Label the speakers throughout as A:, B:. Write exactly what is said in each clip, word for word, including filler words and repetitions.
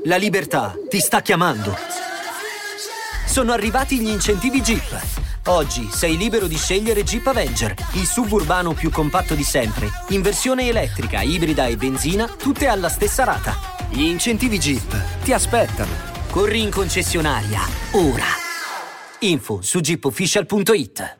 A: La libertà ti sta chiamando. Sono arrivati gli incentivi Jeep. Oggi sei libero di scegliere Jeep Avenger, il S U V urbano più compatto di sempre, in versione elettrica, ibrida e benzina, tutte alla stessa rata. Gli incentivi Jeep ti aspettano. Corri in concessionaria, ora. Info su jeep official punto it.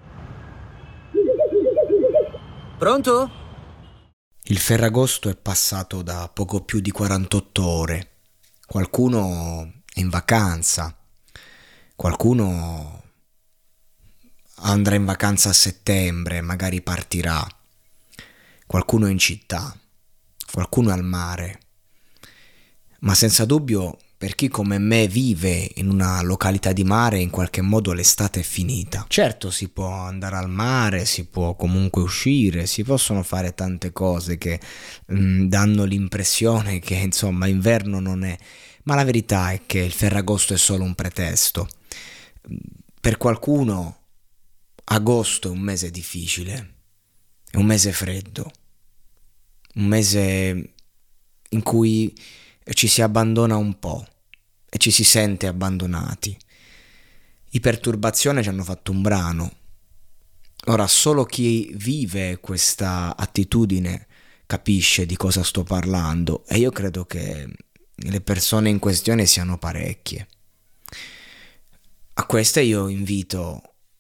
A: Pronto?
B: Il Ferragosto è passato da poco più di quarantotto ore. Qualcuno è in vacanza, qualcuno andrà in vacanza a settembre, magari partirà, qualcuno è in città, qualcuno è al mare. Ma senza dubbio, per chi come me vive in una località di mare, in qualche modo l'estate è finita. Certo, si può andare al mare, si può comunque uscire, si possono fare tante cose che mh, danno l'impressione che insomma inverno non è, ma la verità è che il Ferragosto è solo un pretesto. Per qualcuno agosto è un mese difficile, è un mese freddo, un mese in cui ci si abbandona un po' e ci si sente abbandonati. I Perturbazione ci hanno fatto un brano. Ora, solo chi vive questa attitudine capisce di cosa sto parlando, e io credo che le persone in questione siano parecchie. A queste io invito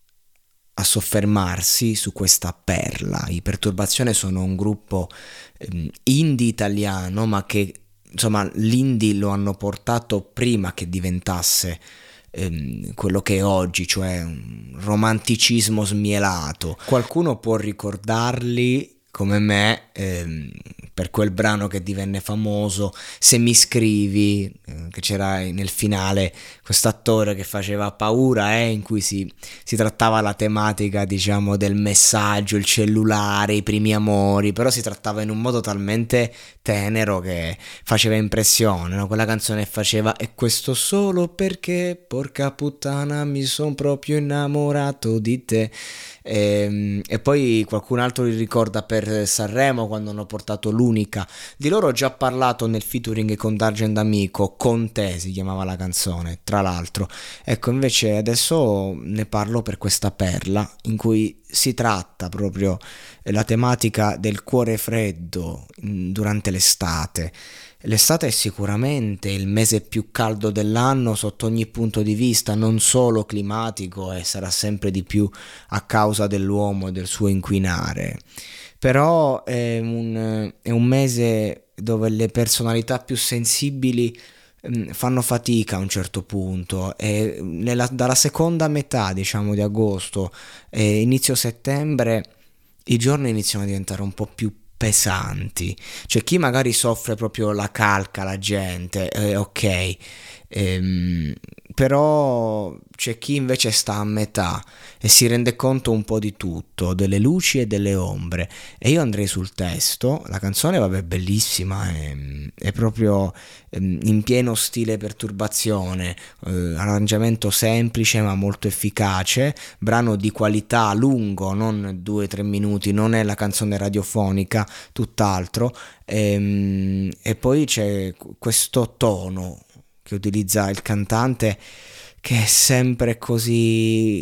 B: a soffermarsi su questa perla. I Perturbazione sono un gruppo eh, indie italiano, ma che insomma l'indie lo hanno portato prima che diventasse ehm, quello che è oggi, cioè un romanticismo smielato. Qualcuno può ricordarli come me ehm, per quel brano che divenne famoso, Se mi scrivi, eh, che c'era nel finale quest'attore che faceva paura, eh, in cui si, si trattava la tematica, diciamo, del messaggio, il cellulare, i primi amori, però si trattava in un modo talmente tenero che faceva impressione, no? Quella canzone faceva "e questo solo perché, porca puttana, mi son proprio innamorato di te". E, e poi qualcun altro li ricorda per Sanremo, quando hanno portato L'Unica. Di loro ho già parlato nel featuring con Dargen D'Amico, Con te si chiamava la canzone, tra l'altro. Ecco, invece adesso ne parlo per questa perla in cui si tratta proprio la tematica del cuore freddo durante l'estate. L'estate è sicuramente il mese più caldo dell'anno sotto ogni punto di vista, non solo climatico, e sarà sempre di più a causa dell'uomo e del suo inquinare. Però è un, è un mese dove le personalità più sensibili mh, fanno fatica a un certo punto, e nella, dalla seconda metà, diciamo, di agosto e inizio settembre i giorni iniziano a diventare un po' più pesanti. C'è chi magari soffre proprio la calca, la gente, eh, ok, ehm, però c'è chi invece sta a metà e si rende conto un po' di tutto, delle luci e delle ombre. E io andrei sul testo. La canzone, vabbè, bellissima, è, è proprio ehm, in pieno stile Perturbazione, eh, arrangiamento semplice ma molto efficace, brano di qualità, lungo, non due o tre minuti, non è la canzone radiofonica, tutt'altro. E, e poi c'è questo tono che utilizza il cantante, che è sempre così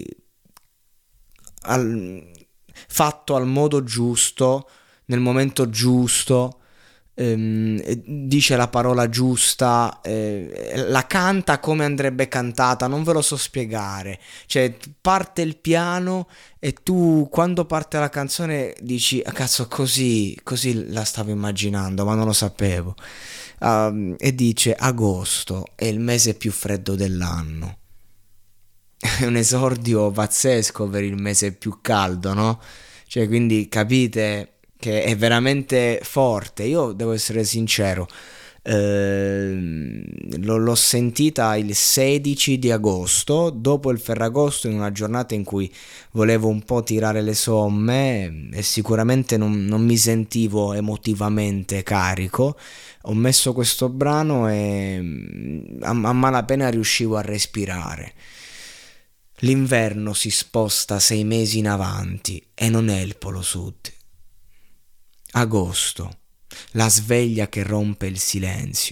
B: al, fatto al modo giusto, nel momento giusto, ehm, dice la parola giusta, eh, la canta come andrebbe cantata, non ve lo so spiegare. Cioè parte il piano e tu, quando parte la canzone, dici ah, cazzo, così, così la stavo immaginando, ma non lo sapevo. Uh, e dice: agosto è il mese più freddo dell'anno. È un esordio pazzesco per il mese più caldo, no? Cioè, quindi capite che è veramente forte. Io devo essere sincero, eh, l'ho, l'ho sentita il sedici di agosto, dopo il Ferragosto, in una giornata in cui volevo un po' tirare le somme e sicuramente non, non mi sentivo emotivamente carico. Ho messo questo brano e a, a malapena riuscivo a respirare. L'inverno si sposta sei mesi in avanti e non è il Polo Sud. Agosto, la sveglia che rompe il silenzio.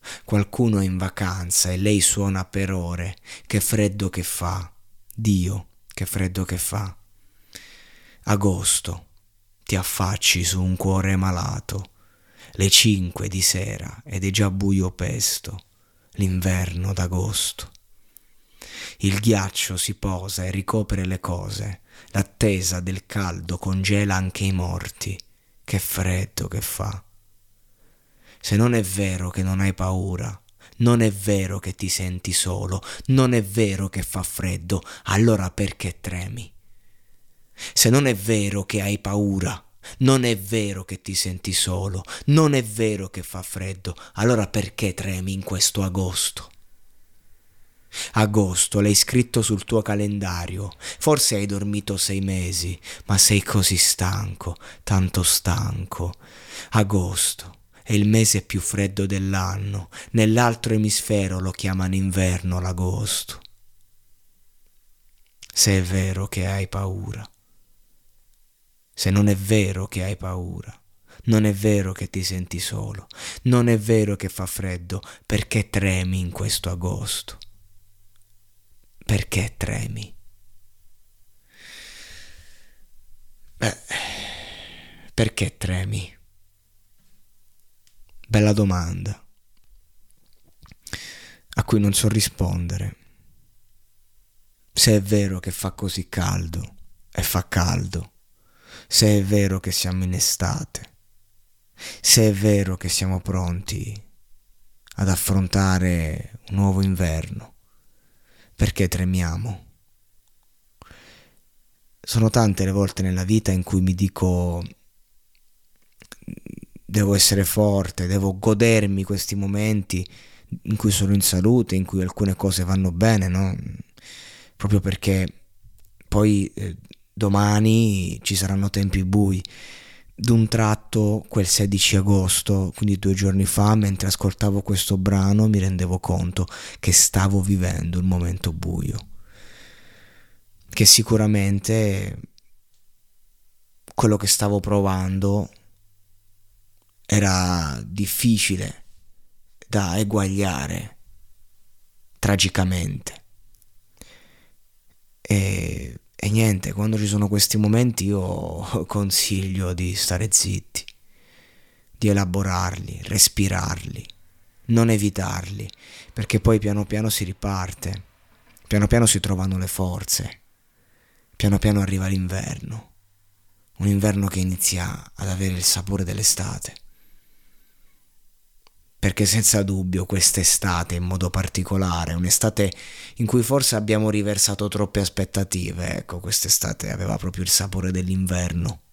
B: Qualcuno è in vacanza e lei suona per ore. Che freddo che fa. Dio, che freddo che fa. Agosto, ti affacci su un cuore malato. Le cinque di sera ed è già buio pesto. L'inverno d'agosto. Il ghiaccio si posa e ricopre le cose. L'attesa del caldo congela anche i morti. Che freddo che fa. Se non è vero che non hai paura, non è vero che ti senti solo, non è vero che fa freddo, allora perché tremi? Se non è vero che hai paura, non è vero che ti senti solo, non è vero che fa freddo, allora perché tremi in questo agosto? Agosto, l'hai scritto sul tuo calendario, forse hai dormito sei mesi, ma sei così stanco, tanto stanco. Agosto è il mese più freddo dell'anno, nell'altro emisfero lo chiamano inverno l'agosto. Se è vero che hai paura, se non è vero che hai paura, non è vero che ti senti solo, non è vero che fa freddo, perché tremi in questo agosto? Perché tremi? Beh, perché tremi? Bella domanda, a cui non so rispondere. Se è vero che fa così caldo, e fa caldo, se è vero che siamo in estate, se è vero che siamo pronti ad affrontare un nuovo inverno, perché tremiamo? Sono tante le volte nella vita in cui mi dico devo essere forte, devo godermi questi momenti in cui sono in salute, in cui alcune cose vanno bene, no? Proprio perché poi eh, domani ci saranno tempi bui. D'un tratto, quel sedici agosto, quindi due giorni fa, mentre ascoltavo questo brano, mi rendevo conto che stavo vivendo un momento buio, che sicuramente quello che stavo provando era difficile da eguagliare tragicamente. E, e niente, quando ci sono questi momenti io consiglio di stare zitti, di elaborarli, respirarli, non evitarli, perché poi piano piano si riparte, piano piano si trovano le forze, piano piano arriva l'inverno, un inverno che inizia ad avere il sapore dell'estate. Perché senza dubbio quest'estate in modo particolare, un'estate in cui forse abbiamo riversato troppe aspettative, ecco, quest'estate aveva proprio il sapore dell'inverno.